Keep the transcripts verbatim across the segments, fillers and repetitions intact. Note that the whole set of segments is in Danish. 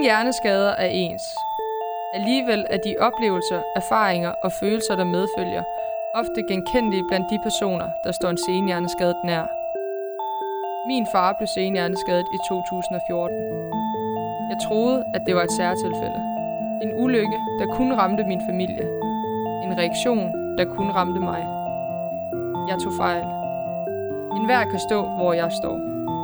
hjerneskader er ens. Alligevel er de oplevelser, erfaringer og følelser, der medfølger, ofte genkendelige blandt de personer, der står en senhjerneskadet nær. Min far blev senhjerneskadet i to tusind og fjorten. Jeg troede, at det var et særtilfælde. En ulykke, der kun ramte min familie. En reaktion, der kun ramte mig. Jeg tog fejl. Enhver kan stå, hvor jeg står.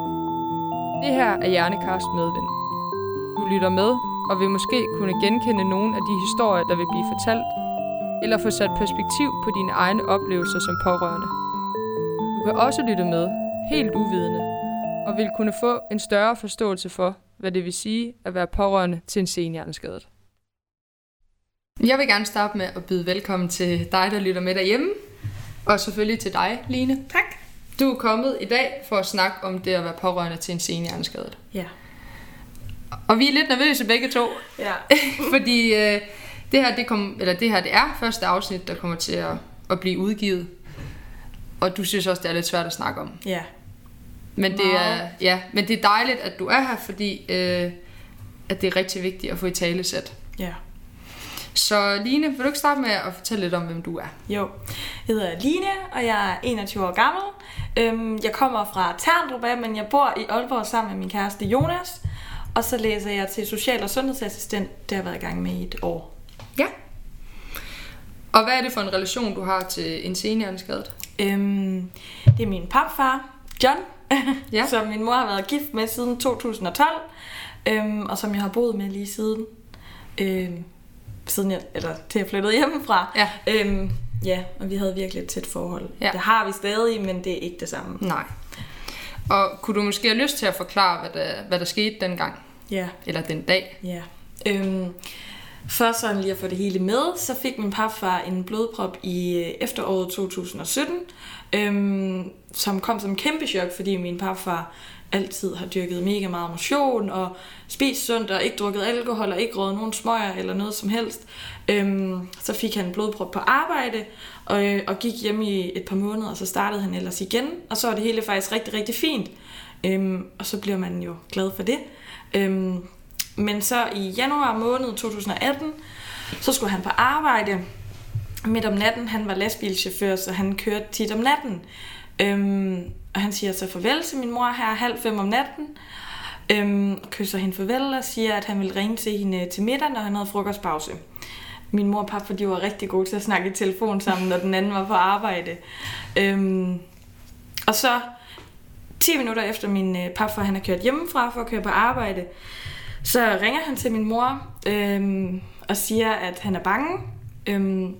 Det her er Hjernekast Medvind. Du lytter med, og vil måske kunne genkende nogle af de historier, der vil blive fortalt, eller få sat perspektiv på dine egne oplevelser som pårørende. Du kan også lytte med, helt uvidende, og vil kunne få en større forståelse for, hvad det vil sige at være pårørende til en senhjerneskadet. Jeg vil gerne starte med at byde velkommen til dig, der lytter med derhjemme, og selvfølgelig til dig, Line. Tak. Du er kommet i dag for at snakke om det at være pårørende til en senhjerneskadet. Ja. Og vi er lidt nervøse begge to, Ja. fordi øh, det her det kom, eller det her det er første afsnit, der kommer til at, at blive udgivet. Og du synes også det er lidt svært at snakke om. Ja. Men det er ja, men det er dejligt at du er her, fordi øh, at det er rigtig vigtigt at få i talesæt. Ja. Så Line, vil du ikke starte med at fortælle lidt om hvem du er? Jo. Jeg hedder Line, og jeg er enogtyve år gammel. Øhm, jeg kommer fra Terndrup, men jeg bor i Aalborg sammen med min kæreste Jonas. Og så læser jeg til social- og sundhedsassistent. Det har jeg været i gang med i et år. Ja. Og hvad er det for en relation, du har til en senhjerneskadet? Øhm, det er min papfar, John, Ja. som min mor har været gift med siden to tusind og tolv. Øhm, og som jeg har boet med lige siden. Øhm, siden jeg, eller til jeg flyttede hjemmefra. Ja. Øhm, ja, og vi havde virkelig et tæt forhold. Ja. Det har vi stadig, men det er ikke det samme. Nej. Og kunne du måske have lyst til at forklare, hvad der, hvad der skete dengang? Ja. Eller den dag? Ja. Øhm, for sådan lige at få det hele med, så fik min papfar en blodprop i efteråret to tusind og sytten, øhm, som kom som en kæmpe chok, fordi min papfar altid har dyrket mega meget motion og spist sundt og ikke drukket alkohol og ikke røget nogen smøger eller noget som helst. Øhm, så fik han en blodprop på arbejde og, og gik hjem i et par måneder, og så startede han ellers igen, og så var det hele faktisk rigtig, rigtig fint. Øhm, og så bliver man jo glad for det. Øhm, men så i januar måned to tusind og atten, så skulle han på arbejde midt om natten. Han var lastbilchauffør, så han kørte tit om natten. Øhm, og han siger så farvel til min mor her halv fem om natten. Øhm, og kysser hende farvel og siger, at han vil ringe til hende til middag, når han havde frokostpause. Min mor og pappa, de var rigtig gode til at snakke i telefon sammen, når den anden var på arbejde. Øhm, og så ti minutter efter min øh, papfar, han er kørt hjemmefra for at køre på arbejde, så ringer han til min mor øhm, og siger, at han er bange. Øhm,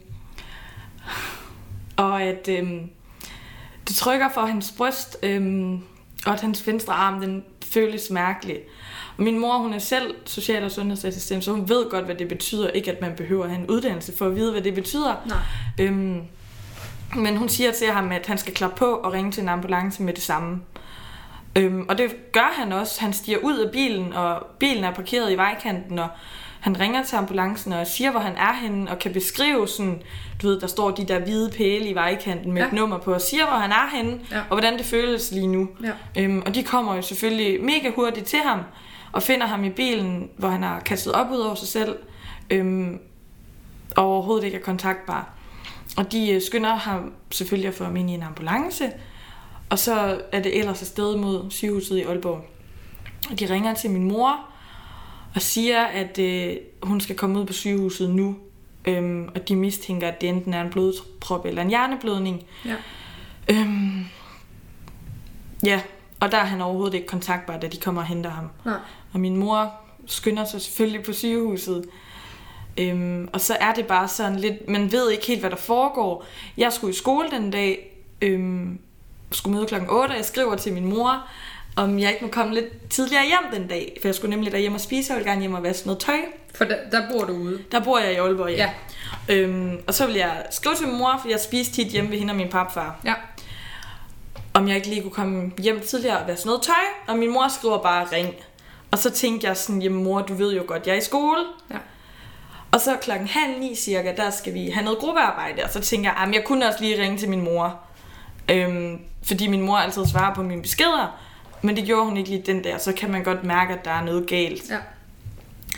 og at øhm, det trykker for hans bryst, øhm, og at hans venstre arm, den føles mærkelig. Og min mor, hun er selv social- og sundhedsassistent, så hun ved godt, hvad det betyder. Ikke, at man behøver at have en uddannelse for at vide, hvad det betyder. Nej. Øhm, men hun siger til ham, at han skal klappe på og ringe til en ambulance med det samme. Øhm, og det gør han også. Han stiger ud af bilen, og bilen er parkeret i vejkanten, og han ringer til ambulancen og siger, hvor han er henne, og kan beskrive sådan, du ved, der står de der hvide pæle i vejkanten med ja. et nummer på, og siger, hvor han er henne, ja. og hvordan det føles lige nu. Ja. Øhm, og de kommer jo selvfølgelig mega hurtigt til ham, og finder ham i bilen, hvor han har kastet op ud over sig selv, øhm, og overhovedet ikke er kontaktbar. Og de øh, skynder ham selvfølgelig at få ham ind i en ambulance, og så er det ellers afsted mod sygehuset i Aalborg. Og de ringer til min mor og siger, at øh, hun skal komme ud på sygehuset nu. Øhm, og de mistænker, at det enten er en blodprop eller en hjerneblødning. Ja. Øhm, ja, og der er han overhovedet ikke kontaktbar, da de kommer og henter ham. Nej. Og min mor skynder sig selvfølgelig på sygehuset. Øhm, og så er det bare sådan lidt, man ved ikke helt, hvad der foregår. Jeg skulle i skole den dag, øhm, skulle møde klokken otte, og jeg skriver til min mor, om jeg ikke må komme lidt tidligere hjem den dag, for jeg skulle nemlig derhjemme og spise, og jeg ville gerne hjem og vaske noget tøj. For der, der bor du ude? Der bor jeg i Aalborg, ja. Ja. Øhm, og så ville jeg skrive til min mor, for jeg spiste tit hjemme ved hende og min papfar. Ja. Om jeg ikke lige kunne komme hjem tidligere og vaske noget tøj, og min mor skriver bare ring. Og så tænkte jeg sådan, jamen mor, du ved jo godt, jeg er i skole. Ja. Og så klokken halv ni cirka, der skal vi have noget gruppearbejde, og så tænker jeg, jamen jeg kunne også lige ringe til min mor. Øhm, fordi min mor altid svarer på mine beskeder, men det gjorde hun ikke lige den der, så kan man godt mærke, at der er noget galt. Ja.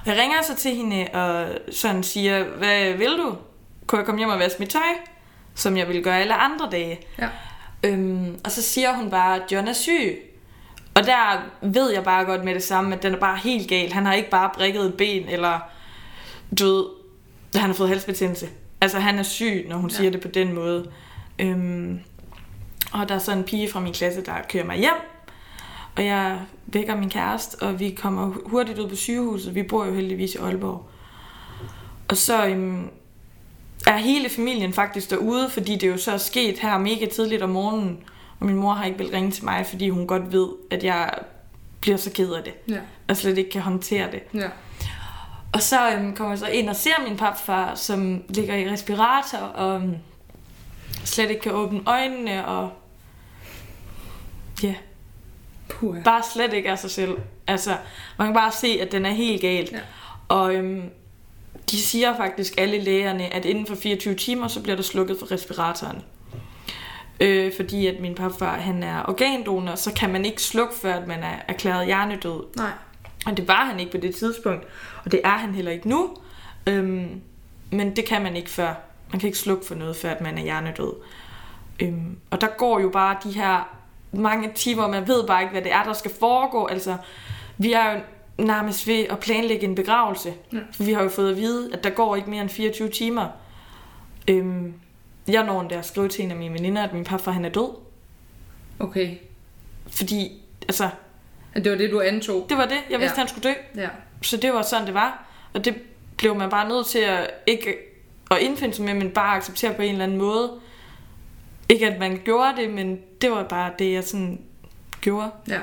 Jeg ringer så til hende og sådan siger, hvad vil du? Kunne jeg komme hjem og vaske mit tøj? Som jeg ville gøre alle andre dage. Ja. Øhm, og så siger hun bare, at John er syg. Og der ved jeg bare godt med det samme, at den er bare helt galt. Han har ikke bare brækket et ben, eller du ved, han har fået halsbetændelse. Altså han er syg, når hun ja. siger det på den måde. Øhm, og der er så en pige fra min klasse, der kører mig hjem. Og jeg vækker min kæreste, og vi kommer hurtigt ud på sygehuset. Vi bor jo heldigvis i Aalborg. Og så øhm, er hele familien faktisk derude, fordi det jo så er sket her mega tidligt om morgenen. Og min mor har ikke vil ringe til mig, fordi hun godt ved, at jeg bliver så ked af det. Ja. Og slet ikke kan håndtere det. Ja. Og så øhm, kommer jeg så ind og ser min papfar, som ligger i respirator, og øhm, slet ikke kan åbne øjnene, og ja, Puh. bare slet ikke af sig selv. Altså, man kan bare se, at den er helt galt. Ja. Og øhm, de siger faktisk alle lægerne, at inden for fireogtyve timer, så bliver der slukket for respiratoren. Øh, fordi at min papfar, han er organdonor, så kan man ikke slukke, før at man er erklæret hjernedød. Nej. Og det var han ikke på det tidspunkt, og det er han heller ikke nu. Øhm, men det kan man ikke før. Man kan ikke slukke for noget, før at man er hjernedød. Øhm, og der går jo bare de her mange timer, og man ved bare ikke, hvad det er, der skal foregå. Altså, vi er jo nærmest ved at planlægge en begravelse. Ja. For vi har jo fået at vide, at der går ikke mere end fireogtyve timer. Øhm, jeg når endda at skrive til en af mine veninder, at min papfar, han er død. Okay. Fordi, altså... Det var det, du antog? Det var det. Jeg vidste, ja. han skulle dø. Ja. Så det var sådan, det var. Og det blev man bare nødt til at ikke at indfinde sig med, men bare acceptere på en eller anden måde. Ikke at man gjorde det, men det var bare det, jeg sådan gjorde. Ja.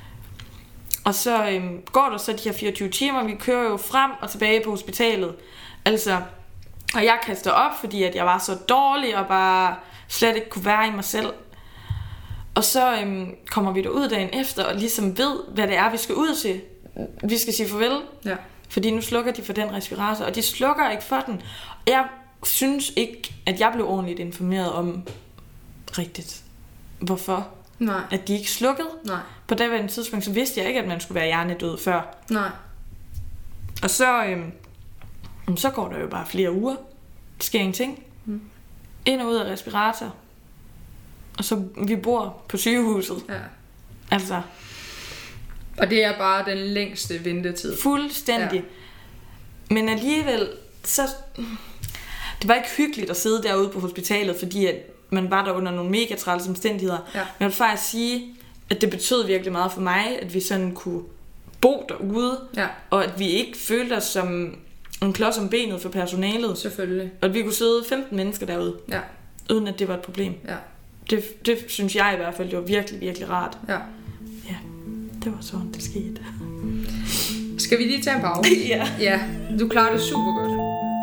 Og så øhm, går der så de her fireogtyve timer. Vi kører jo frem og tilbage på hospitalet. Altså, og jeg kaster op, fordi at jeg var så dårlig og bare slet ikke kunne være i mig selv. Og så øhm, kommer vi derud dagen efter og ligesom ved, hvad det er, vi skal ud til. Vi skal sige farvel. Ja. Fordi nu slukker de for den respirator, og de slukker ikke for den. Jeg synes ikke, at jeg blev ordentligt informeret om rigtigt, hvorfor. Nej. At de ikke slukkede. Nej. På det tidspunkt, så vidste jeg ikke, at man skulle være hjernedød før. Nej. Og så, øhm, så går der jo bare flere uger. Der sker ingenting. Mm. Ind og ud af respirator. Og så vi bor på sygehuset. Ja. Altså. Og det er bare den længste ventetid. Fuldstændig. Ja. Men alligevel, så... Det var ikke hyggeligt at sidde derude på hospitalet, fordi at man var der under nogle mega træls omstændigheder. Ja. Men jeg vil faktisk sige, at det betød virkelig meget for mig, at vi sådan kunne bo derude. Ja. Og at vi ikke følte os som en klods om benet for personalet. Selvfølgelig. Og at vi kunne sidde femten mennesker derude. Ja. Uden at det var et problem. Ja. Det, det synes jeg i hvert fald, det var virkelig, virkelig rart. Ja. Ja, det var sådan, det skete. Skal vi lige tage en pause? Ja. Ja, du klarer det super godt.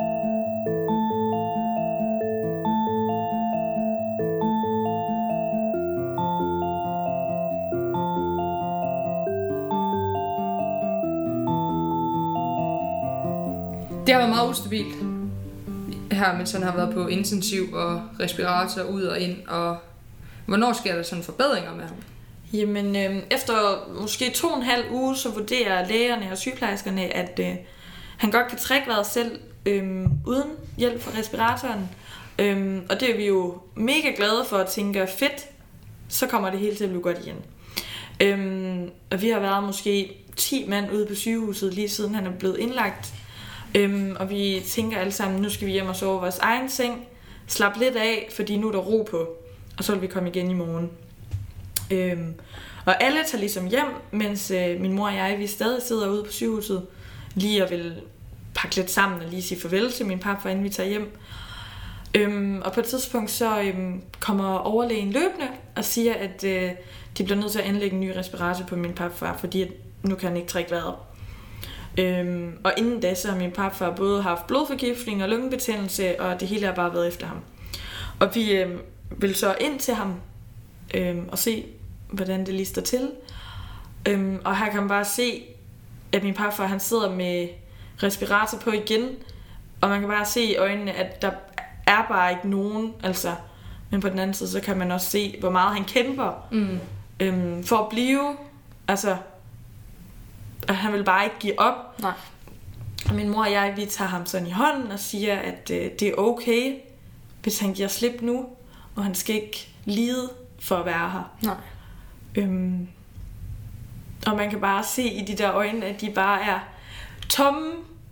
Det har været meget ustabilt her, mens han har været på intensiv og respirator ud og ind. Og hvornår sker der sådan forbedringer med ham? Jamen, øh, efter måske to og en halv uge, så vurderer lægerne og sygeplejerskerne, at øh, han godt kan trække vejret selv øh, uden hjælp fra respiratoren. Øh, og det er vi jo mega glade for at tænke, fedt, så kommer det hele til at blive godt igen. Øh, og vi har været måske ti mand ude på sygehuset, lige siden han er blevet indlagt. Øhm, og vi tænker alle sammen, nu skal vi hjem og sove vores egen seng, slap lidt af, fordi nu er der ro på, og så vil vi komme igen i morgen. Øhm, og alle tager ligesom hjem, mens øh, min mor og jeg, vi stadig sidder ude på sygehuset, lige og vil pakke lidt sammen og lige sige farvel til min papfar, inden vi tager hjem. Øhm, og på et tidspunkt så øhm, kommer overlægen løbende og siger, at øh, de bliver nødt til at anlægge en ny respirator på min papfar, fordi at nu kan han ikke trække vejret. Øhm, og inden da, så har min papfar både haft blodforgiftning og lungebetændelse, og det hele har bare været efter ham. Og vi øhm, vil så ind til ham øhm, og se, hvordan det lige står til. Øhm, og her kan man bare se, at min papfar, han sidder med respirator på igen, og man kan bare se i øjnene, at der er bare ikke nogen, altså, men på den anden side, så kan man også se, hvor meget han kæmper mm. øhm, for at blive, altså, og han vil bare ikke give op. Nej. Og min mor og jeg, vi tager ham sådan i hånden og siger, at øh, det er okay, hvis han giver slip nu, og han skal ikke lide for at være her. Nej. Øhm, og man kan bare se i de der øjne, at de bare er tomme.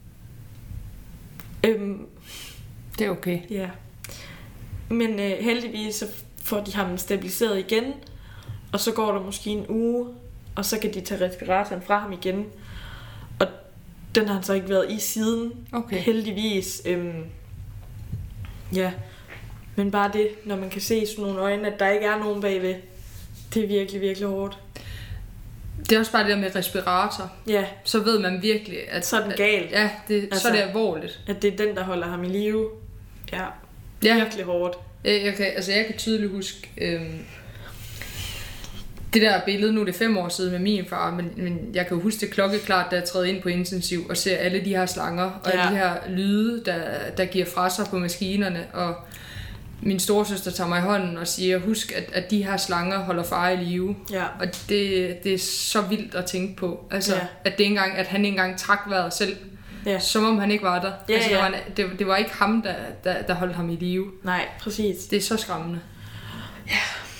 Øhm, det er okay. Ja. Men øh, heldigvis så får de ham stabiliseret igen, og så går der måske en uge, og så kan de tage respiratoren fra ham igen. Og den har han så ikke været i siden, okay. heldigvis. Øhm, ja, men bare det, når man kan se i sådan nogle øjne, at der ikke er nogen bagved, det er virkelig, virkelig hårdt. Det er også bare det der med respirator. Ja. Så ved man virkelig, at... Så er den gal. Ja, det, altså, så er det alvorligt. At det er den, der holder ham i live. Ja, ja. Virkelig hårdt. Jeg, jeg, kan, altså jeg kan tydeligt huske... Øhm, det der billede, nu er det fem år siden med min far, men, men jeg kan jo huske det klokkeklart, da jeg træder ind på intensiv og ser alle de her slanger, og ja. alle de her lyde, der, der giver fra sig på maskinerne, og min storesøster tager mig i hånden og siger, husk, at, at de her slanger holder far i live. Ja. Og det, det er så vildt at tænke på. Altså, ja. at, det engang, at han ikke engang trak vejret selv, ja. som om han ikke var der. Ja, altså, ja. Det, var en, det, det var ikke ham, der, der, der holdt ham i live. Nej, præcis. Det er så skræmmende. Ja.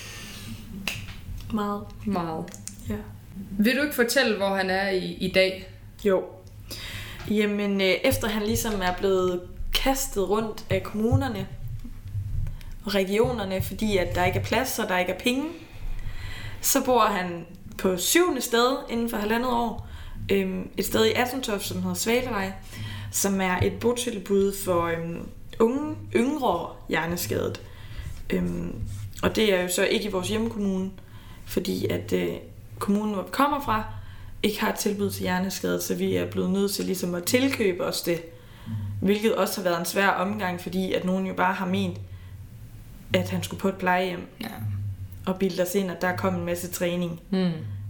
Meget. Meget. Ja. Vil du ikke fortælle, hvor han er i, i dag? Jo. Jamen, øh, efter han ligesom er blevet kastet rundt af kommunerne og regionerne, fordi at der ikke er plads, og der ikke er penge, så bor han på syvende sted inden for halvandet år. Øhm, et sted i Assentoft, som hedder Svalevej, som er et botilbud for øhm, unge, yngre hjerneskadet. Øhm, og det er jo så ikke i vores hjemkommune, fordi at øh, kommunen, hvor vi kommer fra, ikke har et tilbud til hjerneskadet, så vi er blevet nødt til ligesom at tilkøbe os det. Hvilket også har været en svær omgang, fordi at nogen jo bare har ment, at han skulle på et plejehjem. Ja. Og bilde os ind, at der kom en masse træning. Mm.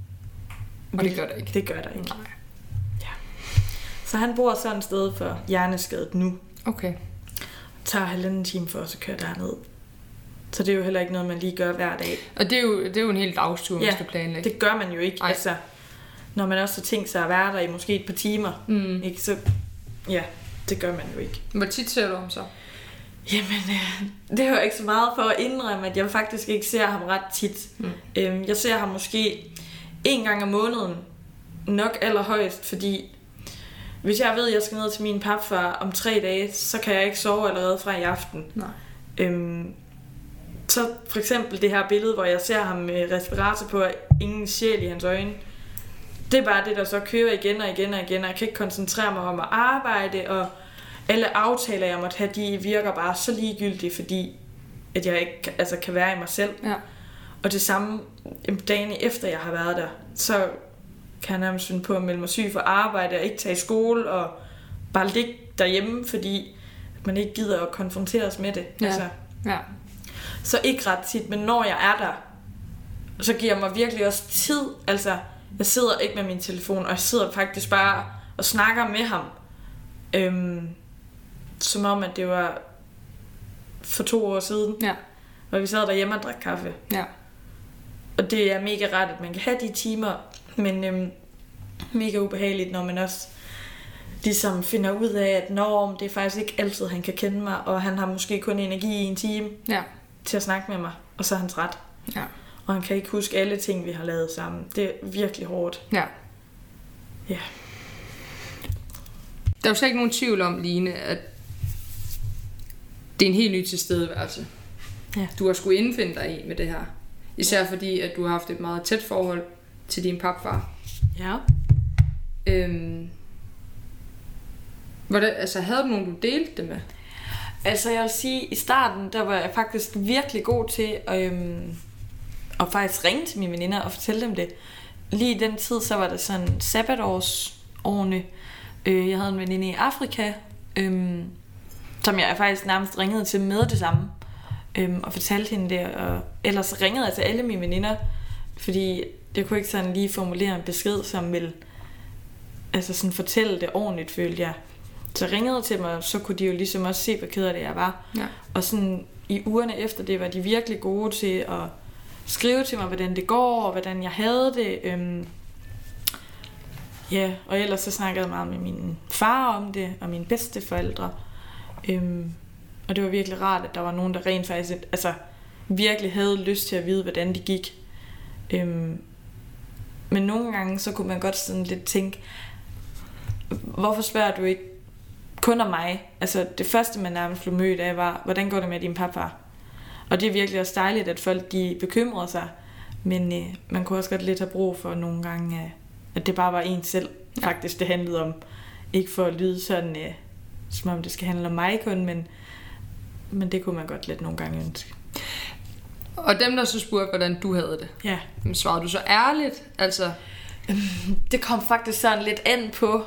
Og det gør der ikke. Det gør der ikke. Nej. Ja. Så han bor sådan et sted for hjerneskadet nu. Okay. Tager halvanden time for os at køre derned. Så det er jo heller ikke noget, man lige gør hver dag. Og det er jo, det er jo en hel dagstur, man ja, skal planlægge. Det gør man jo ikke. Altså, når man også har tænkt sig at være der i måske et par timer. Mm. Ikke? Så ja, det gør man jo ikke. Hvor tit ser du ham så? Jamen, øh, det er jo ikke så meget for at indrømme, at jeg faktisk ikke ser ham ret tit. Mm. Øhm, jeg ser ham måske en gang om måneden. Nok allerhøjst, fordi hvis jeg ved, at jeg skal ned til min papfar om tre dage, så kan jeg ikke sove allerede fra i aften. Nej. Øhm, så for eksempel det her billede, hvor jeg ser ham med respirator på, og ingen sjæl i hans øjne. Det er bare det, der så kører igen og igen og igen, og jeg kan ikke koncentrere mig om at arbejde, og alle aftaler, jeg måtte have, de virker bare så ligegyldige, fordi at jeg ikke altså, kan være i mig selv. Ja. Og det samme dagen efter, jeg har været der, så kan jeg nærmest finde på at melde mig syg for arbejde, og ikke tage i skole, og bare ligge derhjemme, fordi man ikke gider at konfronteres med det. Ja. Altså. Ja. Så ikke ret tit, men når jeg er der, så giver jeg mig virkelig også tid. Altså, jeg sidder ikke med min telefon, og jeg sidder faktisk bare og snakker med ham. Øhm, som om, at det var for to år siden. Ja. Hvor vi sad derhjemme og drak kaffe. Ja. Og det er mega rart, at man kan have de timer, men øhm, mega ubehageligt, når man også ligesom finder ud af, at når det er faktisk ikke altid, han kan kende mig, og han har måske kun energi i en time ja. til at snakke med mig, og så er hans ret. Ja. Og han kan ikke huske alle ting, vi har lavet sammen. Det er virkelig hårdt. Ja. Ja. Der er jo slet ikke nogen tvivl om, Line, at det er en helt ny tilstedeværelse. Ja. Du har skulle indfinde dig i med det her. Især fordi, at du har haft et meget tæt forhold til din papfar. Ja. Øhm, hvordan, altså, havde du nogen, du delte det med? Altså, jeg vil sige, i starten, der var jeg faktisk virkelig god til øhm, at faktisk ringe til mine veninder og fortælle dem det. Lige i den tid, så var det sådan sabbatårsårene. Øh, jeg havde en veninde i Afrika, øhm, som jeg faktisk nærmest ringede til med det samme. Øhm, og fortalte hende det, og ellers ringede jeg til alle mine veninder, fordi jeg kunne ikke sådan lige formulere en besked, som ville altså sådan fortælle det ordentligt, følte jeg. Så jeg ringede til dem, og så kunne de jo ligesom også se, hvor ked af det jeg var. Ja. Og sådan i ugerne efter det, var de virkelig gode til at skrive til mig, hvordan det går, og hvordan jeg havde det. Øhm, Ja, og ellers så snakkede jeg meget med min far om det, og mine bedsteforældre. Øhm, og det var virkelig rart, at der var nogen, der rent faktisk altså, virkelig havde lyst til at vide, hvordan det gik. Øhm, men nogle gange, så kunne man godt sådan lidt tænke, hvorfor spørger du ikke kun om mig? Altså det første, man nærmest blev mødt af, var, hvordan går det med din pappa? Og det er virkelig også dejligt, at folk de bekymrede sig. Men øh, man kunne også godt lidt have brug for nogle gange, øh, at det bare var en selv, ja. Faktisk det handlede om. Ikke for at lyde sådan, øh, som om det skal handle om mig kun, men, men det kunne man godt lidt nogle gange ønske. Og dem, der så spurgte, hvordan du havde det, ja. Svarede du så ærligt? Altså... Det kom faktisk sådan lidt an på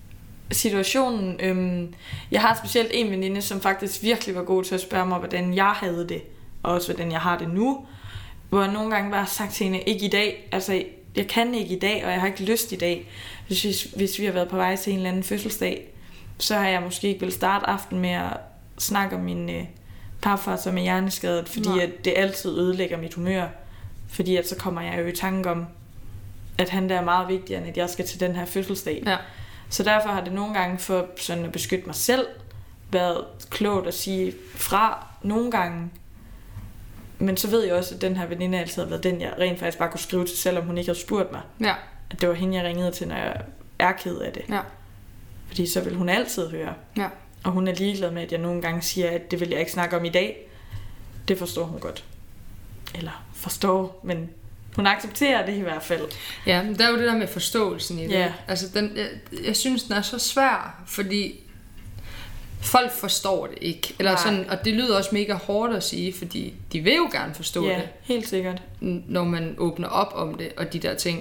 situationen. Jeg har specielt en veninde, som faktisk virkelig var god til at spørge mig, hvordan jeg havde det, og også hvordan jeg har det nu. Hvor jeg nogle gange bare har sagt til hende, ikke i dag, altså jeg kan ikke i dag, og jeg har ikke lyst i dag. Hvis, hvis, hvis vi har været på vej til en eller anden fødselsdag, så har jeg måske ikke vil starte aften med at snakke om min øh, parfar, som er hjerneskadet, fordi at det altid ødelægger mit humør. Fordi at så kommer jeg jo i tanke om, at han der er meget vigtigere, end at jeg skal til den her fødselsdag. Ja. Så derfor har det nogle gange for sådan at beskytte mig selv været klogt at sige fra nogle gange. Men så ved jeg også, at den her veninde altid har været den, jeg rent faktisk bare kunne skrive til, selvom hun ikke havde spurgt mig. Ja. At det var hende, jeg ringede til, når jeg er ked af det. Ja. Fordi så vil hun altid høre. Ja. Og hun er ligeglad med, at jeg nogle gange siger, at det vil jeg ikke snakke om i dag. Det forstår hun godt. Eller forstår, men hun accepterer det i hvert fald. Ja, men der er jo det der med forståelsen i det. Ja. Altså, den, jeg, jeg synes, den er så svær, fordi folk forstår det ikke. Eller sådan, og det lyder også mega hårdt at sige, fordi de vil jo gerne forstå ja, det. helt sikkert. Når man åbner op om det, og de der ting.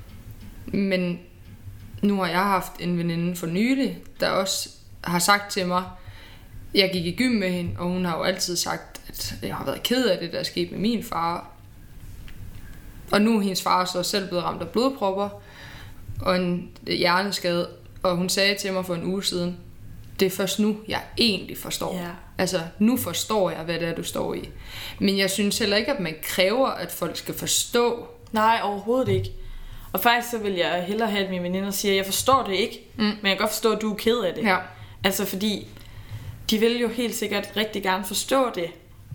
Men nu har jeg haft en veninde for nylig, der også har sagt til mig, jeg gik i gym med hende, og hun har jo altid sagt, at jeg har været ked af det, der er sket med min far. Og nu er hendes far så selv blevet ramt af blodpropper og en hjerneskade, og hun sagde til mig for en uge siden, det er først nu, jeg egentlig forstår. Ja. Altså, nu forstår jeg, hvad det er, du står i. Men jeg synes heller ikke, at man kræver, at folk skal forstå. Nej, overhovedet ikke. Og faktisk så vil jeg hellere have, at mine veninder siger, jeg forstår det ikke, mm. men jeg kan godt forstå, at du er ked af det. Ja. Altså fordi, de vil jo helt sikkert rigtig gerne forstå det.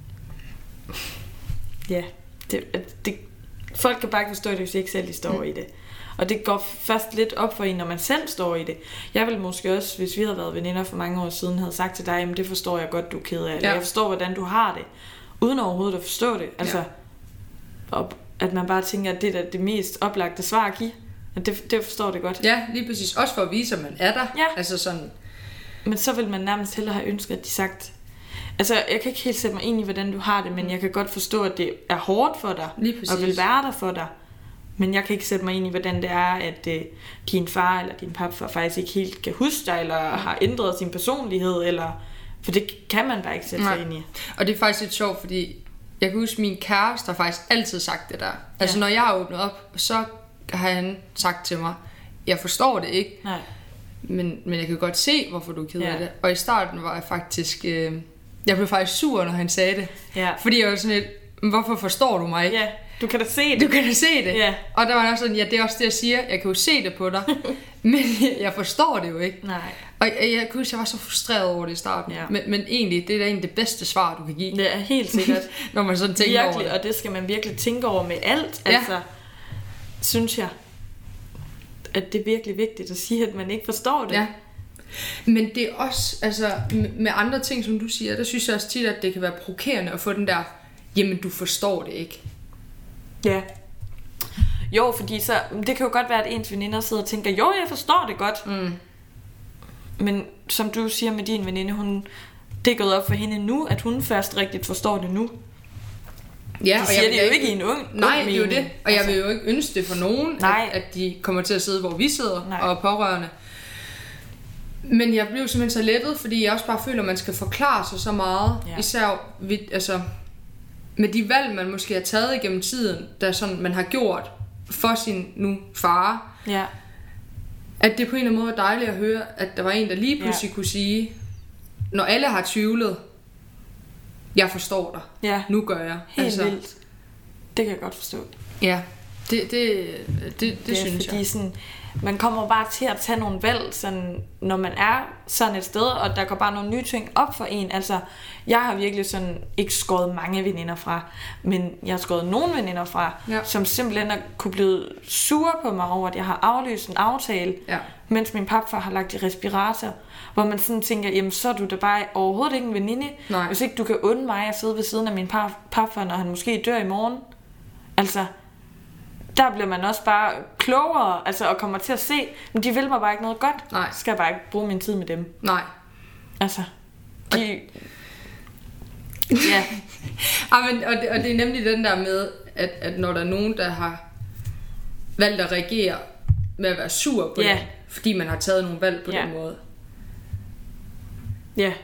Ja, det, det, folk kan bare ikke forstå det, hvis de ikke selv står mm. i det. Og det går først lidt op for en, når man selv står i det. Jeg vil måske også, hvis vi havde været veninder for mange år siden, havde sagt til dig, jamen det forstår jeg godt, du er ked af det. Ja. Jeg forstår, hvordan du har det, uden overhovedet at forstå det. Altså, ja. Og at man bare tænker, at det er det mest oplagte svar at give. Det, det forstår det godt. Ja, lige præcis. Også for at vise, at man er der. Ja. Altså sådan. Men så vil man nærmest hellere have ønsket, at de sagt, altså jeg kan ikke helt sætte mig ind i, hvordan du har det, men jeg kan godt forstå, at det er hårdt for dig, og vil være der for dig. Men jeg kan ikke sætte mig ind i, hvordan det er, at øh, din far eller din papfar faktisk ikke helt kan huske dig, eller mm. har ændret sin personlighed, eller for det kan man bare ikke sætte sig ind i. Og det er faktisk lidt sjovt, fordi jeg kan huske, at min kæreste har faktisk altid sagt det der. Altså ja. Når jeg har åbnet op, så har han sagt til mig, jeg forstår det ikke, Nej. Men, men jeg kan godt se, hvorfor du er ked af ja. det. Og i starten var jeg faktisk, øh, jeg blev faktisk sur, når han sagde det. Ja. Fordi jeg var sådan lidt, hvorfor forstår du mig ikke? Ja, du kan da se det. Du kan da se det. Ja. Og der var jeg sådan, ja, det er også det, jeg siger. Jeg kan jo se det på dig. Men jeg forstår det jo ikke. Nej. Og jeg, jeg kunne huske, jeg var så frustreret over det i starten. Ja. Men, men egentlig, det er da egentlig det bedste svar, du kan give. Det er helt sikkert. Når man sådan tænker virkelig, over det. Og det skal man virkelig tænke over med alt. Ja. Altså, synes jeg, at det er virkelig vigtigt at sige, at man ikke forstår det. Ja. Men det er også, altså med andre ting, som du siger, der synes jeg også tit, at det kan være provokerende at få den der, jamen du forstår det ikke. Ja. Jo, fordi så, det kan jo godt være, at ens veninder sidder og tænker, jo, jeg forstår det godt. Mm. Men som du siger med din veninde, hun, det er gået op for hende nu, at hun først rigtigt forstår det nu. Ja, de og siger jeg det jo ikke i en ung Nej, ung det er jo det. Og altså, jeg vil jo ikke ønske det for nogen, at, at de kommer til at sidde, hvor vi sidder, nej. Og er pårørende. Men jeg blev simpelthen så lettet, fordi jeg også bare føler, at man skal forklare sig så meget. Ja. Især ved, altså, med de valg, man måske har taget igennem tiden, der sådan, man har gjort for sin nu far. Ja. At det på en eller anden måde er dejligt at høre, at der var en, der lige pludselig ja. kunne sige, når alle har tvivlet, jeg forstår dig. Ja. Nu gør jeg. Helt altså, vildt. Det kan jeg godt forstå. Ja, det, det, det, det, det synes fordi jeg. Sådan, man kommer bare til at tage nogle valg, sådan, når man er sådan et sted, og der går bare nogle nye ting op for en. Altså, jeg har virkelig sådan ikke skåret mange veninder fra, men jeg har skåret nogle veninder fra, ja. Som simpelthen er kunne blive sure på mig over, at jeg har aflyst en aftale, ja. Mens min papfar har lagt i respirator, hvor man sådan tænker, jamen så er du da bare overhovedet ikke en veninde, Nej. Hvis ikke du kan undre mig at sidde ved siden af min papfar, når han måske dør i morgen. Altså, der bliver man også bare klogere, altså, og kommer til at se, men de vil mig bare ikke noget godt. Nej. Så skal jeg bare ikke bruge min tid med dem. Nej. Altså, de... ja. Ja, men, og, det, og det er nemlig den der med, at, at når der er nogen, der har valgt at reagere med at være sur på yeah. det, fordi man har taget nogle valg på yeah. den måde. Ja. Yeah.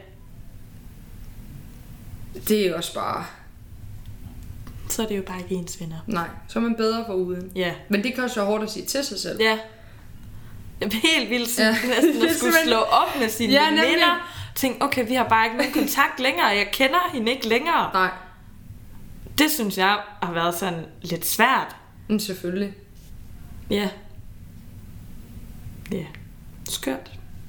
Det er jo også bare... Så er det jo bare ikke ens venner. Nej, så er man bedre for uden. Ja. Men det kan også være hårdt at sige til sig selv. Ja. Helt vildt sådan, ja. Næsten at skulle slå op med sine ja, veninder. Tænk, okay, vi har bare ikke nogen kontakt længere, jeg kender hende ikke længere. Nej. Det synes jeg har været sådan lidt svært. Men selvfølgelig. Ja. Ja. Skørt.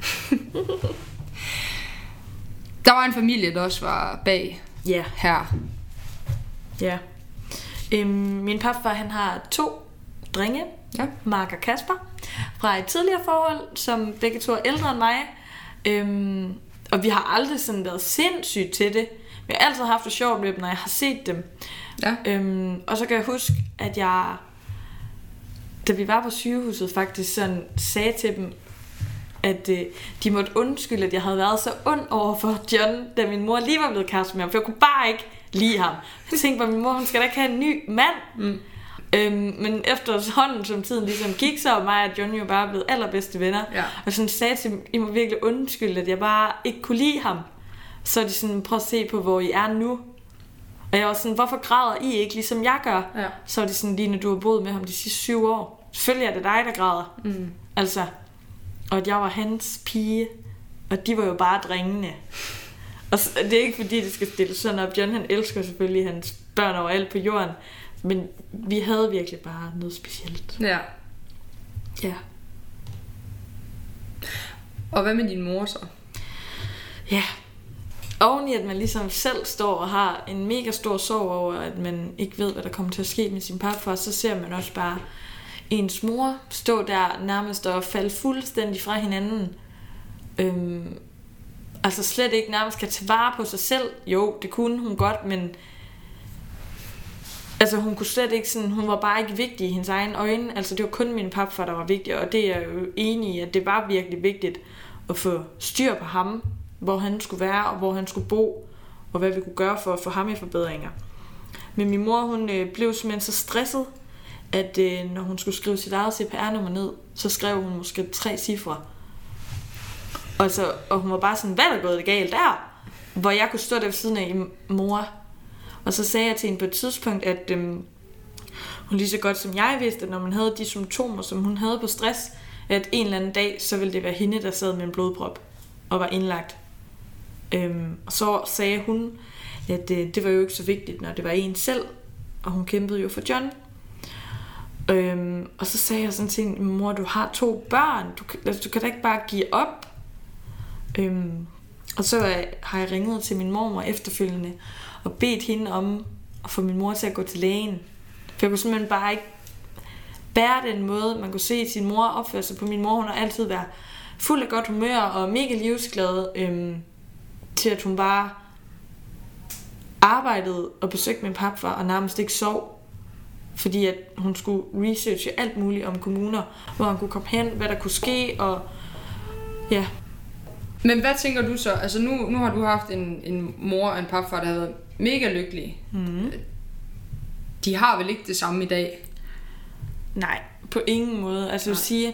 Der var en familie, der også var bag ja. Her. Ja. Øhm, min papfar, han har to drenge, ja. Mark og Kasper, fra et tidligere forhold, som begge to er ældre end mig. Øhm, og vi har aldrig sådan været sindssygt til det. Vi har altid haft det sjovt med dem, når jeg har set dem. Ja. Øhm, og så kan jeg huske, at jeg, da vi var på sygehuset, faktisk sådan sagde til dem, at øh, de måtte undskylde, at jeg havde været så ond over for John, da min mor lige var blevet kæreste med ham, for jeg kunne bare ikke lide ham. Jeg tænkte på, min mor, hun skal da ikke have en ny mand. Mm. Øhm, men efterhånden, som tiden ligesom gik, så var mig og John jo bare blevet allerbedste venner. Ja. Og sådan sagde til dem, I må virkelig undskylde, at jeg bare ikke kunne lide ham. Så er de sådan, prøv at se på, hvor I er nu. Og jeg var sådan, hvorfor græder I ikke, ligesom jeg gør? Ja. Så er de sådan, lige når du har boet med ham de sidste syv år. Selvfølgelig er det dig, der græder. Mm. Altså, og at jeg var hans pige, og de var jo bare drengene. Og det er ikke fordi, det skal stille sådan op. John, han elsker selvfølgelig hans børn overalt på jorden. Men vi havde virkelig bare noget specielt. Ja. Ja. Og hvad med din mor så? Ja. Oven i, at man ligesom selv står og har en mega stor sorg over, at man ikke ved, hvad der kommer til at ske med sin papfar, så ser man også bare ens mor stå der nærmest og falde fuldstændig fra hinanden. Øhm, altså slet ikke nærmest kan tage vare på sig selv. Jo, det kunne hun godt, men altså hun kunne slet ikke sådan, hun var bare ikke vigtig i hendes egen øjne. Altså det var kun min papfar, der var vigtig, og det er jeg jo enig i, at det var virkelig vigtigt at få styr på ham, hvor han skulle være, og hvor han skulle bo, og hvad vi kunne gøre for at få ham i forbedringer. Men min mor, hun øh, blev simpelthen så stresset, at øh, når hun skulle skrive sit eget C P R-nummer ned, så skrev hun måske tre cifre. Og, så, og hun var bare sådan, hvad er der gået det galt der? Hvor jeg kunne stå der ved siden af mor. Og så sagde jeg til hende på et tidspunkt, at øh, hun lige så godt som jeg vidste, at når man havde de symptomer, som hun havde på stress, at en eller anden dag, så ville det være hende, der sad med en blodprop og var indlagt. Øhm, og så sagde hun, at det, det var jo ikke så vigtigt, når det var en selv, og hun kæmpede jo for John. Øhm, og så sagde jeg sådan til hende, mor, du har to børn, du, altså, du kan da ikke bare give op. Øhm, og så øh, har jeg ringet til min mormor efterfølgende, og bedt hende om at få min mor til at gå til lægen. For jeg kunne simpelthen bare ikke bære den måde, man kunne se sin mor opføre sig på. Min mor, hun har altid været fuld af godt humør og mega livsglad, øhm, til at hun bare arbejdede og besøgte min papfar og nærmest ikke sov, fordi at hun skulle researche alt muligt om kommuner, hvor han kunne komme hen, hvad der kunne ske, og ja. Men hvad tænker du så? Altså nu, nu har du haft en, en mor og en papfar, der har været mega lykkelige. Mm. De har vel ikke det samme i dag? Nej, på ingen måde. Altså jeg vil sige,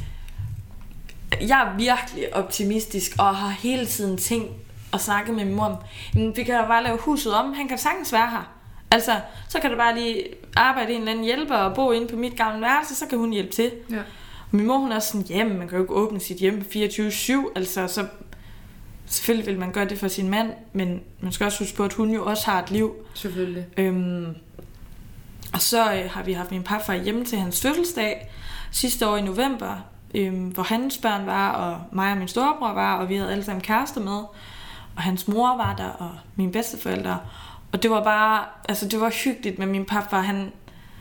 jeg er virkelig optimistisk og har hele tiden tænkt og snakket med min mor om, vi kan da bare lave huset om, han kan sagtens være her. Altså, så kan du bare lige arbejde i en eller anden hjælper og bo inde på mit gamle værelse, så kan hun hjælpe til. Ja. Og min mor, hun er sådan, jamen, man kan jo ikke åbne sit hjem fireogtyve syv, altså, så selvfølgelig vil man gøre det for sin mand, men man skal også huske på, at hun jo også har et liv. Selvfølgelig. Øhm, Og så øh, har vi haft min papfar hjemme til hans fødselsdag sidste år i november, øh, hvor hans børn var, og mig og min storebror var, og vi havde alle sammen kærester med. Og hans mor var der, og mine bedsteforældre. Og det var bare, altså det var hyggeligt med min papfar. Han,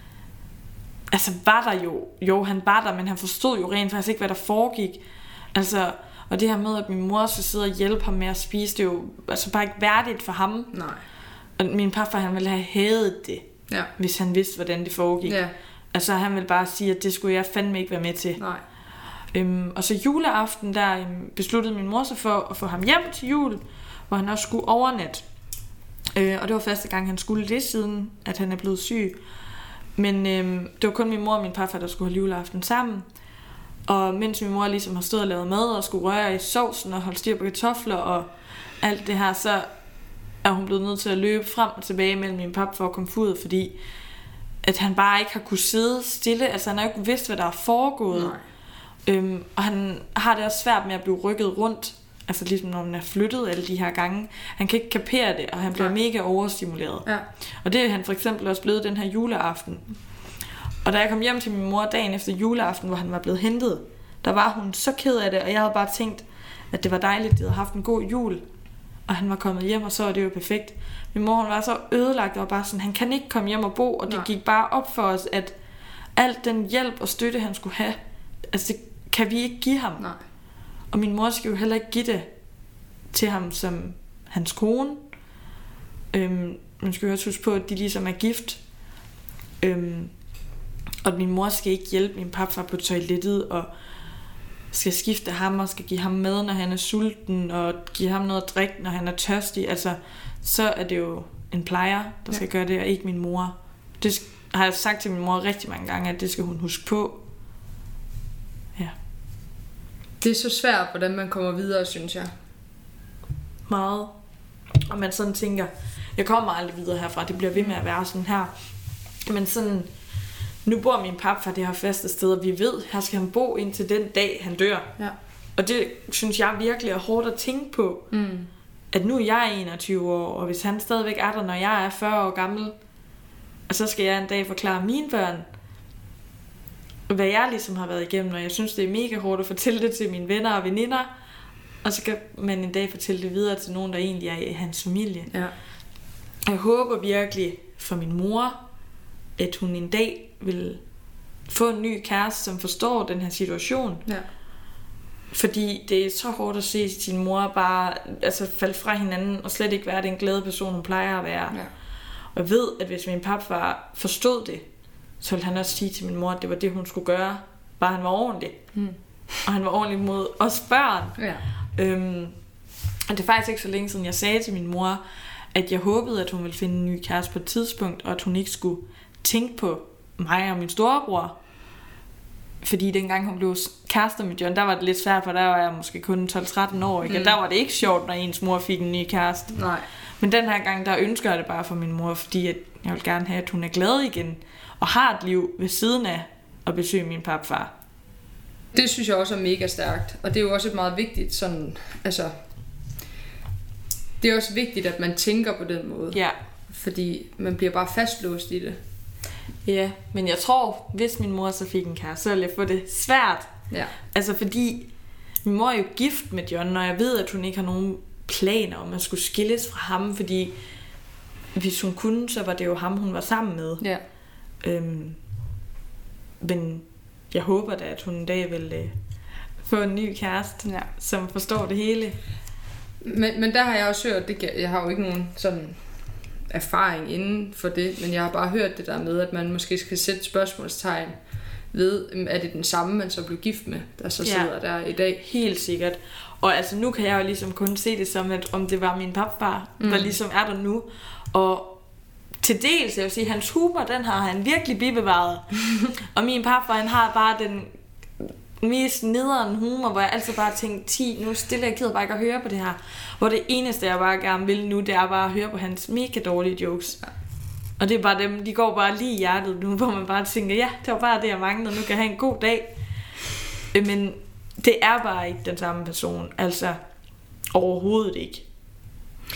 altså var der jo, jo han var der, men han forstod jo rent faktisk ikke, hvad der foregik. Altså, og det her med, at min mor skulle sidde og hjælpe ham med at spise, det er jo altså bare ikke værdigt for ham. Nej. Og min papfar, han ville have hadet det, ja. hvis han vidste, hvordan det foregik. Ja. Altså han ville bare sige, at det skulle jeg fandme ikke være med til. Nej. Øhm, og så juleaften, der øhm, besluttede min mor sig for at få ham hjem til jul, hvor han også skulle overnatte. Øh, og det var første gang, han skulle det, siden at han er blevet syg. Men øhm, det var kun min mor og min papfar, der skulle holde juleaften sammen. Og mens min mor ligesom har stået og lavet mad og skulle røre i sovsen og holde styr på kartofler og alt det her, så er hun blevet nødt til at løbe frem og tilbage mellem min papfar for at komme ud, fordi at han bare ikke har kunne sidde stille. Altså han har jo ikke vidst, hvad der er foregået. Øhm, og han har det også svært med at blive rykket rundt, altså ligesom når han er flyttet alle de her gange. Han kan ikke kapere det, og han bliver Nej. mega overstimuleret. Ja. Og det er han for eksempel også blevet den her juleaften. Og da jeg kom hjem til min mor dagen efter juleaften, hvor han var blevet hentet, der var hun så ked af det, og jeg havde bare tænkt, at det var dejligt, at de havde haft en god jul. Og han var kommet hjem, og så var det jo perfekt. Min mor, hun var så ødelagt, og var bare sådan, han kan ikke komme hjem og bo, og det Nej. gik bare op for os, at alt den hjælp og støtte, han skulle have, altså det kan vi ikke give ham. Nej. Og min mor skal jo heller ikke give det til ham som hans kone. Øhm, man skal jo også huske på, at de ligesom er gift. Øhm, og min mor skal ikke hjælpe min papfar på toilettet, og skal skifte ham, og skal give ham mad, når han er sulten, og give ham noget at drikke, når han er tørstig. Altså, så er det jo en plejer, der skal ja. gøre det, og ikke min mor. Det har jeg sagt til min mor rigtig mange gange, at det skal hun huske på. Ja. Det er så svært, hvordan man kommer videre, synes jeg. Meget. Og man sådan tænker, jeg kommer aldrig videre herfra, det bliver ved med at være sådan her. Men sådan, nu bor min papfar det her faste sted, og vi ved, her skal han bo indtil den dag, han dør. Ja. Og det synes jeg virkelig er hårdt at tænke på. Mm. At nu er jeg enogtyve år, og hvis han stadigvæk er der, når jeg er fyrre år gammel, og så skal jeg en dag forklare mine børn, hvad jeg ligesom har været igennem, og jeg synes, det er mega hårdt at fortælle det til mine venner og veninder, og så kan man en dag fortælle det videre til nogen, der egentlig er i hans familie. Ja. Jeg håber virkelig for min mor, at hun en dag vil få en ny kæreste, som forstår den her situation. Ja. Fordi det er så hårdt at se sin mor bare altså, falde fra hinanden, og slet ikke være den glade person, hun plejer at være. Ja. Og jeg ved, at hvis min papfar forstod det, så ville han også sige til min mor, at det var det, hun skulle gøre, bare han var ordentlig. Mm. Og han var ordentlig mod os børn. Ja. Øhm, og det er faktisk ikke så længe siden, jeg sagde til min mor, at jeg håbede, at hun ville finde en ny kæreste på et tidspunkt, og at hun ikke skulle tænke på mig og min storebror. Fordi dengang hun blev kærester med John, der var det lidt svært, for der var jeg måske kun tolv tretten år. Ikke? Mm. Der var det ikke sjovt, når ens mor fik en ny kæreste. Nej. Men den her gang, der ønsker jeg det bare for min mor, fordi at jeg vil gerne have, at hun er glad igen, og har et liv ved siden af at besøge min papfar. Det synes jeg også er mega stærkt, og det er jo også et meget vigtigt sådan, altså, det er også vigtigt, at man tænker på den måde. Ja. Fordi man bliver bare fastlåst i det. Ja, men jeg tror, hvis min mor så fik en kæreste, så ville jeg få det svært. Ja. Altså fordi, min mor er jo gift med John, og jeg ved, at hun ikke har nogen planer om at skulle skilles fra ham, fordi hvis hun kunne, så var det jo ham, hun var sammen med. Ja. Øhm, men jeg håber da, at hun en dag vil øh, få en ny kæreste, ja. som forstår det hele. Men, men der har jeg også hørt, det, jeg har jo ikke nogen sådan erfaring inden for det, men jeg har bare hørt det der med, at man måske skal sætte spørgsmålstegn ved, er det den samme, man så blev gift med, der så sidder ja. der i dag? Helt sikkert. Og altså nu kan jeg jo ligesom kun se det som, at om det var min papfar, mm. der ligesom er der nu. Og til dels, jeg vil sige, hans humor, den har han virkelig bibevaret. Og min papfar, han har bare den mest nederen humor, hvor jeg altid bare tænker, ti, nu stille, jeg gider bare ikke at høre på det her. Hvor det eneste, jeg bare gerne vil nu, det er bare at høre på hans mega dårlige jokes. Ja. Og det er bare dem, de går bare lige i hjertet nu, hvor man bare tænker, ja, det var bare det, jeg manglede, nu kan jeg have en god dag. Men det er bare ikke den samme person, altså overhovedet ikke.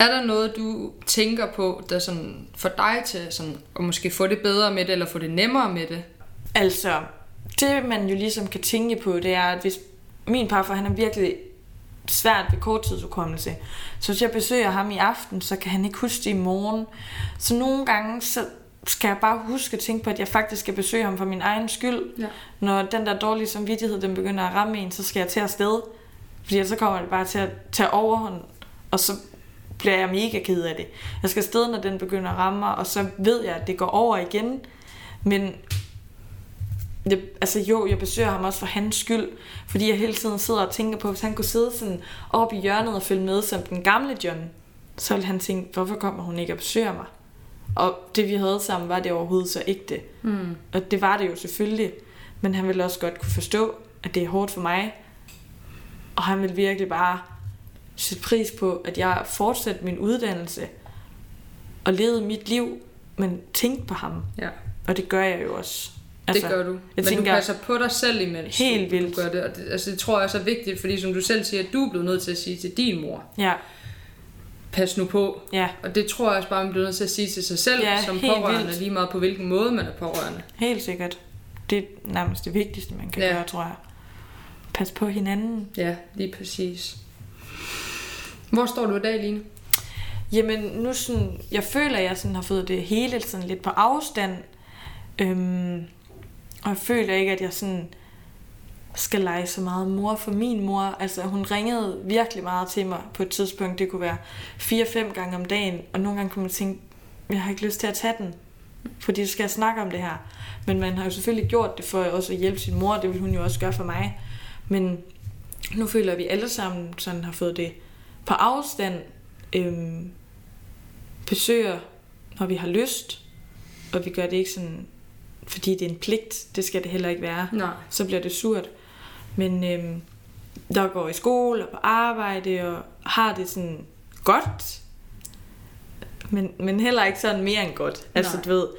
Er der noget, du tænker på, der sådan får dig til sådan, at måske få det bedre med det, eller få det nemmere med det? Altså, det man jo ligesom kan tænke på, det er, at hvis min parfar, han er virkelig svært ved korttidsudkommelse. Så hvis jeg besøger ham i aften, så kan han ikke huske det i morgen. Så nogle gange, så skal jeg bare huske at tænke på, at jeg faktisk skal besøge ham for min egen skyld. Ja. Når den der dårlige samvittighed, den begynder at ramme en, så skal jeg til afsted. Fordi så kommer det bare til at tage overhånd, og så bliver jeg mega ked af det. Jeg skal afsted, når den begynder at ramme mig, og så ved jeg, at det går over igen. Men jeg, altså jo, jeg besøger ham også for hans skyld, fordi jeg hele tiden sidder og tænker på, hvis han kunne sidde sådan oppe i hjørnet og følge med som den gamle John, så ville han tænke, hvorfor kommer hun ikke og besøger mig? Og det vi havde sammen, var det overhovedet så ægte. Mm. Og det var det jo selvfølgelig, men han ville også godt kunne forstå, at det er hårdt for mig, og han ville virkelig bare sætte pris på, at jeg fortsatte min uddannelse og levede mit liv, men tænkte på ham. Ja. Og det gør jeg jo også. Altså, det gør du. Jeg Men tænker, du passer på dig selv imens helt du, vildt. du gør det. Og det, altså, det tror jeg også er vigtigt, fordi som du selv siger, at du er blevet nødt til at sige til din mor. Ja. Pas nu på. Ja. Og det tror jeg også bare, man bliver nødt til at sige til sig selv, ja, som pårørende, vildt. Lige meget på hvilken måde man er pårørende. Helt sikkert. Det er nærmest det vigtigste, man kan ja. gøre, tror jeg. Pas på hinanden. Ja, lige præcis. Hvor står du i dag, Line? Jamen, nu sådan, jeg føler, at jeg sådan har fået det hele sådan lidt på afstand. Øhm, og jeg føler ikke, at jeg sådan skal lege så meget mor for min mor. Altså, hun ringede virkelig meget til mig på et tidspunkt. Det kunne være fire-fem gange om dagen. Og nogle gange kunne man tænke, jeg har ikke lyst til at tage den, fordi så skal jeg snakke om det her. Men man har jo selvfølgelig gjort det for også at hjælpe sin mor. Det vil hun jo også gøre for mig. Men nu føler jeg, at vi alle sammen sådan har fået det på afstand. Øhm, besøger, når vi har lyst. Og vi gør det ikke sådan, fordi det er en pligt. Det skal det heller ikke være. Nej. Så bliver det surt. Men øhm, der går i skole og på arbejde og har det sådan godt. Men, men heller ikke sådan mere end godt. Altså du ved,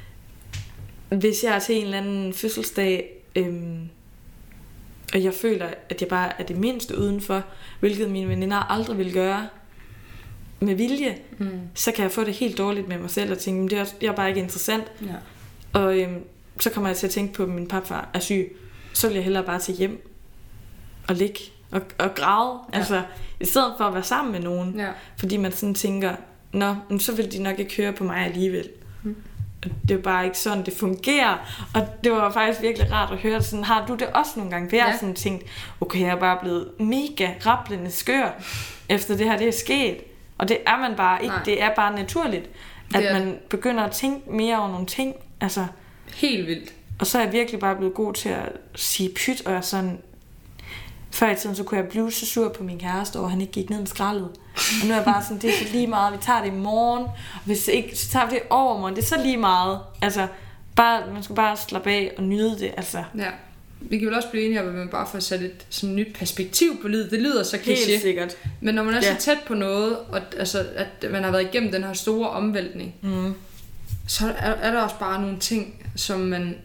hvis jeg er til en eller anden fødselsdag, øhm, og jeg føler, at jeg bare er det mindste udenfor, hvilket mine veninder aldrig vil gøre med vilje, mm. så kan jeg få det helt dårligt med mig selv og tænke, det er, det er bare ikke interessant. Ja. Og øhm, så kommer jeg til at tænke på, at min papfar er syg. Så vil jeg hellere bare tage hjem og ligge og, og græde. Ja. Altså, i stedet for at være sammen med nogen. Ja. Fordi man sådan tænker, nå, så vil de nok ikke høre på mig alligevel. Mm. Det er bare ikke sådan, det fungerer. Og det var faktisk virkelig rart at høre. Sådan, har du det også nogle gange? For jeg har sådan tænkt, okay, jeg er bare blevet mega rablende skør, efter det her det er sket. Og det er man bare ikke. Nej. Det er bare naturligt, at er... man begynder at tænke mere over nogle ting. Altså, helt vildt. Og så er jeg virkelig bare blevet god til at sige pyt, og jeg sådan... Før i tiden, så kunne jeg blive så sur på min kæreste, og han ikke gik ned med skraldet. Og nu er jeg bare sådan, det er så lige meget, vi tager det i morgen. Og hvis ikke, så tager vi det overmorgen. Det er så lige meget. Altså, bare, man skal bare slappe af og nyde det, altså. Ja. Vi kan vel også blive enige om, at man bare får sat et sådan nyt perspektiv på livet. Det lyder så kliché. Helt sikkert. Men når man er ja. så tæt på noget, og altså, at man har været igennem den her store omvæltning, mm. så er, er der også bare nogle ting, som man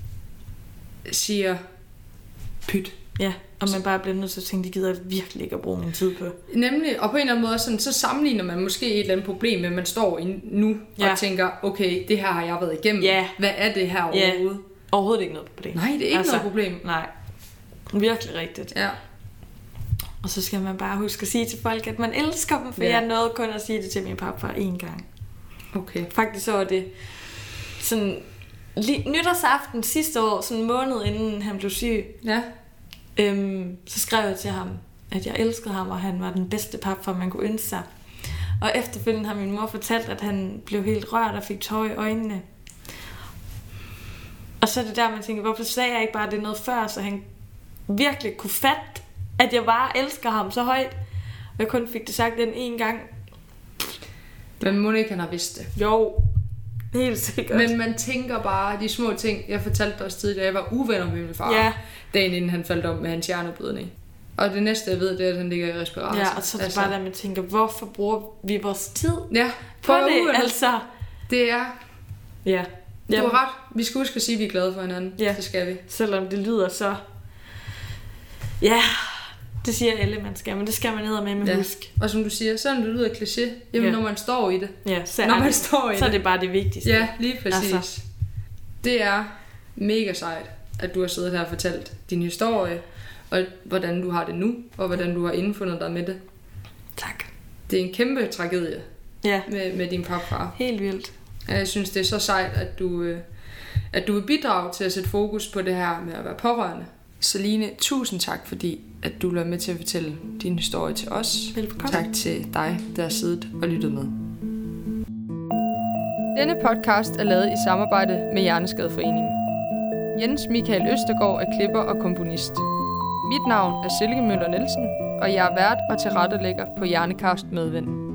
siger pyt. Ja, og man bare bliver nødt til at tænke, det gider jeg virkelig ikke at bruge min tid på. Nemlig, og på en eller anden måde, sådan, så sammenligner man måske et eller andet problem, men man står i nu ja. og tænker, okay, det her har jeg været igennem. Ja. Hvad er det her overhovedet? Ja. Overhovedet ikke noget problem. Nej, det er ikke altså, noget problem. Nej, virkelig rigtigt. Ja. Og så skal man bare huske at sige til folk, at man elsker dem, for ja. jeg nåede kun at sige det til min pappa en gang. Okay. Faktisk så var det sådan nytårsaften sidste år, sådan en måned inden han blev syg. Ja. Øhm, så skrev jeg til ham, at jeg elskede ham, og han var den bedste papfar, man kunne ønske sig. Og efterfølgende har min mor fortalt, at han blev helt rørt og fik tårer i øjnene. Og så er det der, man tænker, hvorfor sagde jeg ikke bare det noget før, så han virkelig kunne fatte, at jeg bare elsker ham så højt. Og jeg kun fik det sagt den en gang. Men Monika, han har vidst det. Jo, helt sikkert. Men man tænker bare de små ting. Jeg fortalte dig også tidligere, jeg var uvenner med min far. Ja. Dagen inden han faldt om med hans hjerneblødning. Og det næste, jeg ved, det er, at han ligger i respirator. Ja, og så er det altså bare der, man tænker, hvorfor bruger vi vores tid ja, på det? Uvenner. Altså. Det er... Ja. Du har ret. Vi skal huske at sige, at vi er glade for hinanden. Ja. Det skal vi. Selvom det lyder så... Ja, Det siger alle, man skal, men det skal man ned med med ja. husk. Og som du siger, sådan det lyder kliché. Jamen, ja. når man står i det. Ja, så, når er, man det, står i så det. er det bare det vigtigste. Ja, lige præcis. Altså. Det er mega sejt, at du har siddet her og fortalt din historie, og hvordan du har det nu, og hvordan du har indfundet dig med det. Tak. Det er en kæmpe tragedie ja. med, med din papfar. Helt vildt. Jeg synes, det er så sejt, at du, at du vil bidrage til at sætte fokus på det her med at være pårørende. Celine, tusind tak, fordi at du var med til at fortælle din historie til os. Velbekomme. Tak til dig, der har siddet og lyttet med. Denne podcast er lavet i samarbejde med Hjerneskadeforeningen. Jens Michael Østergaard er klipper og komponist. Mit navn er Silke Møller Nielsen, og jeg er vært og tilrettelægger på Hjernekast Medvind.